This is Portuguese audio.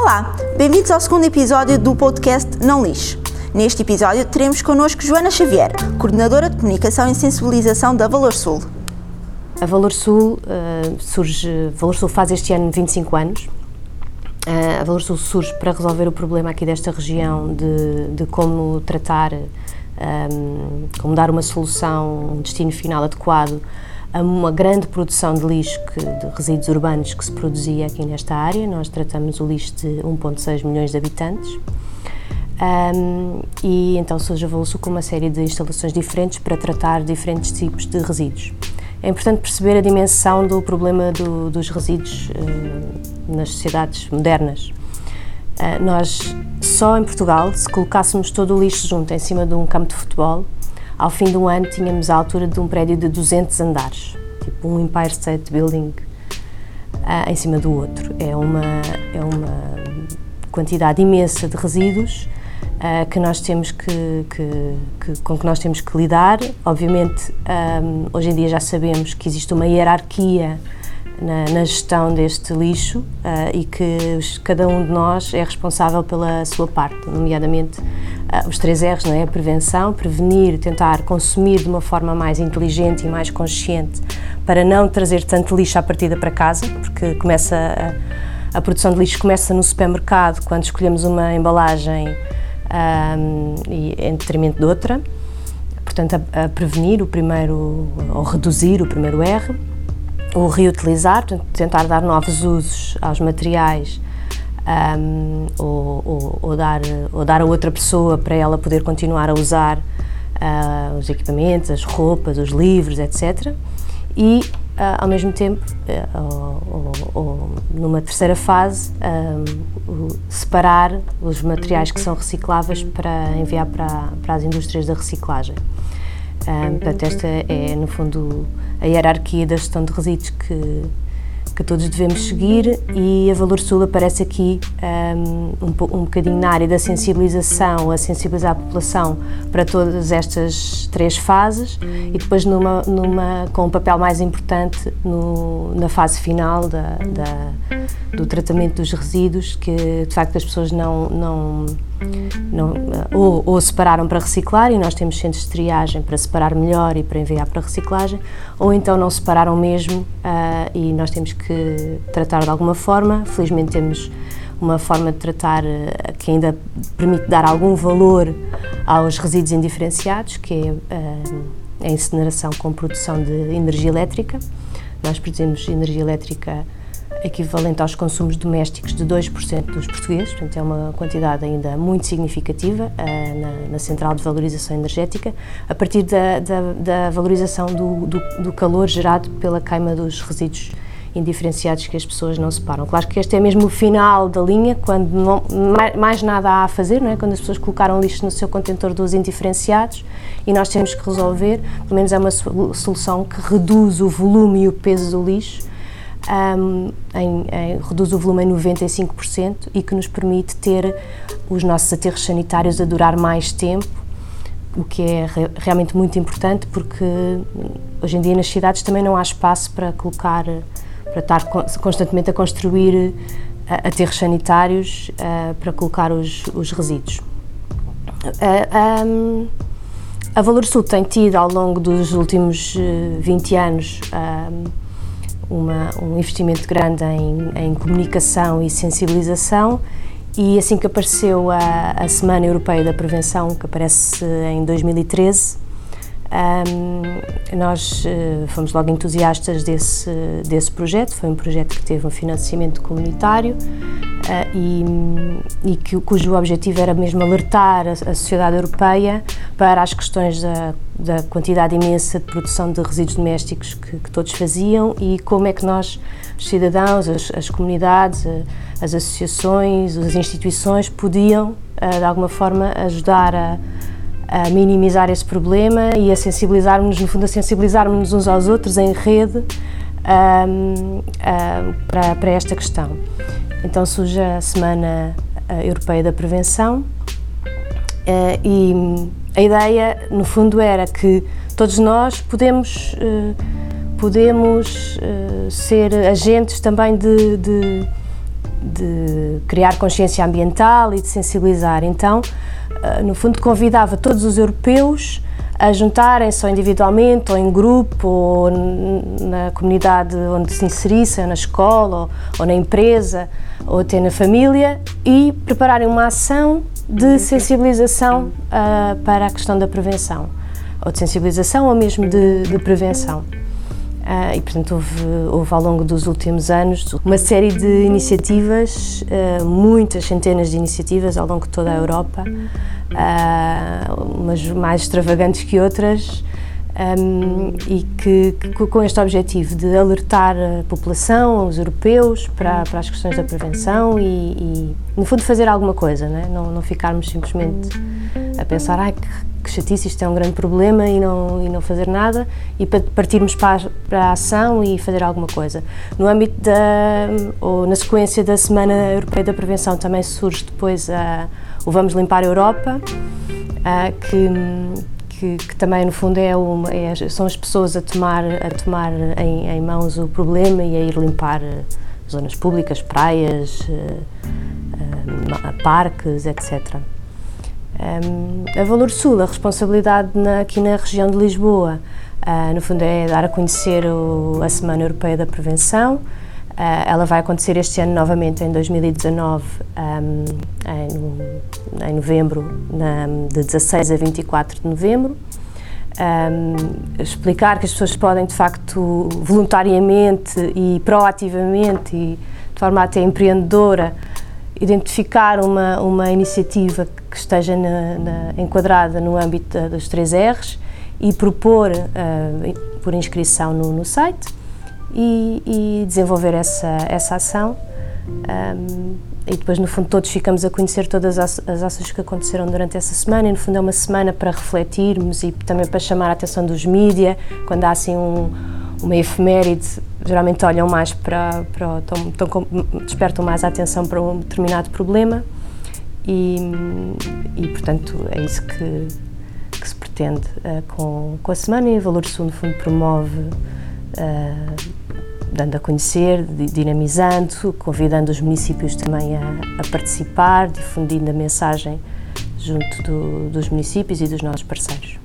Olá, bem-vindos ao segundo episódio do podcast Não Lixo. Neste episódio teremos connosco Joana Xavier, coordenadora de comunicação e sensibilização da Valor Sul. A Valor Sul Valor Sul faz este ano 25 anos. A Valor Sul surge para resolver o problema aqui desta região de como tratar, como dar uma solução, um destino final adequado a uma grande produção de lixo, de resíduos urbanos que se produzia aqui nesta área. Nós tratamos o lixo de 1,6 milhões de habitantes. E então surge a Valor Sul com uma série de instalações diferentes para tratar diferentes tipos de resíduos. É importante perceber a dimensão do problema dos resíduos nas sociedades modernas. Nós, só em Portugal, se colocássemos todo o lixo junto em cima de um campo de futebol, ao fim de um ano tínhamos a altura de um prédio de 200 andares, tipo um Empire State Building em cima do outro. É uma quantidade imensa de resíduos que nós temos com que nós temos que lidar. Obviamente, hoje em dia já sabemos que existe uma hierarquia na gestão deste lixo e que cada um de nós é responsável pela sua parte, nomeadamente os 3 R's, não é? A prevenção, prevenir, tentar consumir de uma forma mais inteligente e mais consciente para não trazer tanto lixo à partida para casa, porque a produção de lixo começa no supermercado quando escolhemos uma embalagem em detrimento de outra. Portanto, a prevenir ou reduzir o primeiro R, o reutilizar, portanto, tentar dar novos usos aos materiais ou dar a outra pessoa para ela poder continuar a usar os equipamentos, as roupas, os livros, etc. E, ao mesmo tempo, numa terceira fase, separar os materiais que são recicláveis para enviar para as indústrias da reciclagem. Portanto, esta é, no fundo, a hierarquia da gestão de resíduos que todos devemos seguir, e a Valor Sul aparece aqui um bocadinho na área da sensibilização, a sensibilizar a população para todas estas 3 fases, e depois com um papel mais importante na fase final do tratamento dos resíduos, que de facto as pessoas ou separaram para reciclar, e nós temos centros de triagem para separar melhor e para enviar para reciclagem, ou então não separaram mesmo e nós temos que tratar de alguma forma. Felizmente temos uma forma de tratar que ainda permite dar algum valor aos resíduos indiferenciados, que é a incineração com produção de energia elétrica. Nós produzimos energia elétrica equivalente aos consumos domésticos de 2% dos portugueses, portanto é uma quantidade ainda muito significativa na central de valorização energética, a partir da valorização do calor gerado pela queima dos resíduos indiferenciados que as pessoas não separam. Claro que este é mesmo o final da linha, quando mais nada há a fazer, não é? Quando as pessoas colocaram lixo no seu contentor dos indiferenciados, e nós temos que resolver, pelo menos é uma solução que reduz o volume e o peso do lixo, reduz o volume em 95% e que nos permite ter os nossos aterros sanitários a durar mais tempo, o que é realmente muito importante, porque hoje em dia nas cidades também não há espaço para estar constantemente a construir aterros sanitários para colocar os resíduos. A Valor Sul tem tido, ao longo dos últimos 20 anos, um investimento grande em comunicação e sensibilização, e assim que apareceu a Semana Europeia da Prevenção, que aparece em 2013, nós fomos logo entusiastas desse projeto. Foi um projeto que teve um financiamento comunitário cujo objetivo era mesmo alertar a sociedade europeia para as questões da quantidade imensa de produção de resíduos domésticos que todos faziam, e como é que nós, os cidadãos, as comunidades, as associações, as instituições, podiam, de alguma forma, ajudar a minimizar esse problema e a sensibilizarmos, no fundo, a sensibilizarmos uns aos outros em rede para esta questão. Então surge a Semana Europeia da Prevenção e a ideia, no fundo, era que todos nós podemos ser agentes também de criar consciência ambiental e de sensibilizar. Então, no fundo, convidava todos os europeus a juntarem-se ou individualmente, ou em grupo, ou na comunidade onde se inserissem, na escola, ou na empresa, ou até na família, e prepararem uma ação de sensibilização para a questão da prevenção, ou de sensibilização ou mesmo de prevenção. E, portanto, houve ao longo dos últimos anos uma série de iniciativas, muitas centenas de iniciativas ao longo de toda a Europa, umas mais extravagantes que outras, e que com este objetivo de alertar a população, os europeus, para as questões da prevenção e no fundo, fazer alguma coisa, não ficarmos simplesmente a pensar que chatice, isto é um grande problema e não fazer nada, e partirmos para a ação e fazer alguma coisa. No âmbito ou na sequência da Semana Europeia da Prevenção também surge depois o Vamos Limpar a Europa, que também no fundo são as pessoas a tomar em mãos o problema e a ir limpar zonas públicas, praias, parques, etc. A Valor Sul, a responsabilidade aqui na região de Lisboa, no fundo é dar a conhecer a Semana Europeia da Prevenção. Ela vai acontecer este ano novamente, em 2019, em novembro, de 16 a 24 de novembro. Explicar que as pessoas podem, de facto, voluntariamente e proativamente e de forma até empreendedora, identificar uma iniciativa que esteja enquadrada no âmbito dos 3 R's e propor por inscrição no site e desenvolver essa ação. E depois, no fundo, todos ficamos a conhecer todas as ações que aconteceram durante essa semana, e no fundo é uma semana para refletirmos e também para chamar a atenção dos mídia, quando há assim uma efeméride, geralmente olham mais despertam mais a atenção para um determinado problema e portanto, é isso que se pretende com a semana. E a Valor Sul, no fundo, promove, dando a conhecer, dinamizando, convidando os municípios também a participar, difundindo a mensagem junto dos municípios e dos nossos parceiros.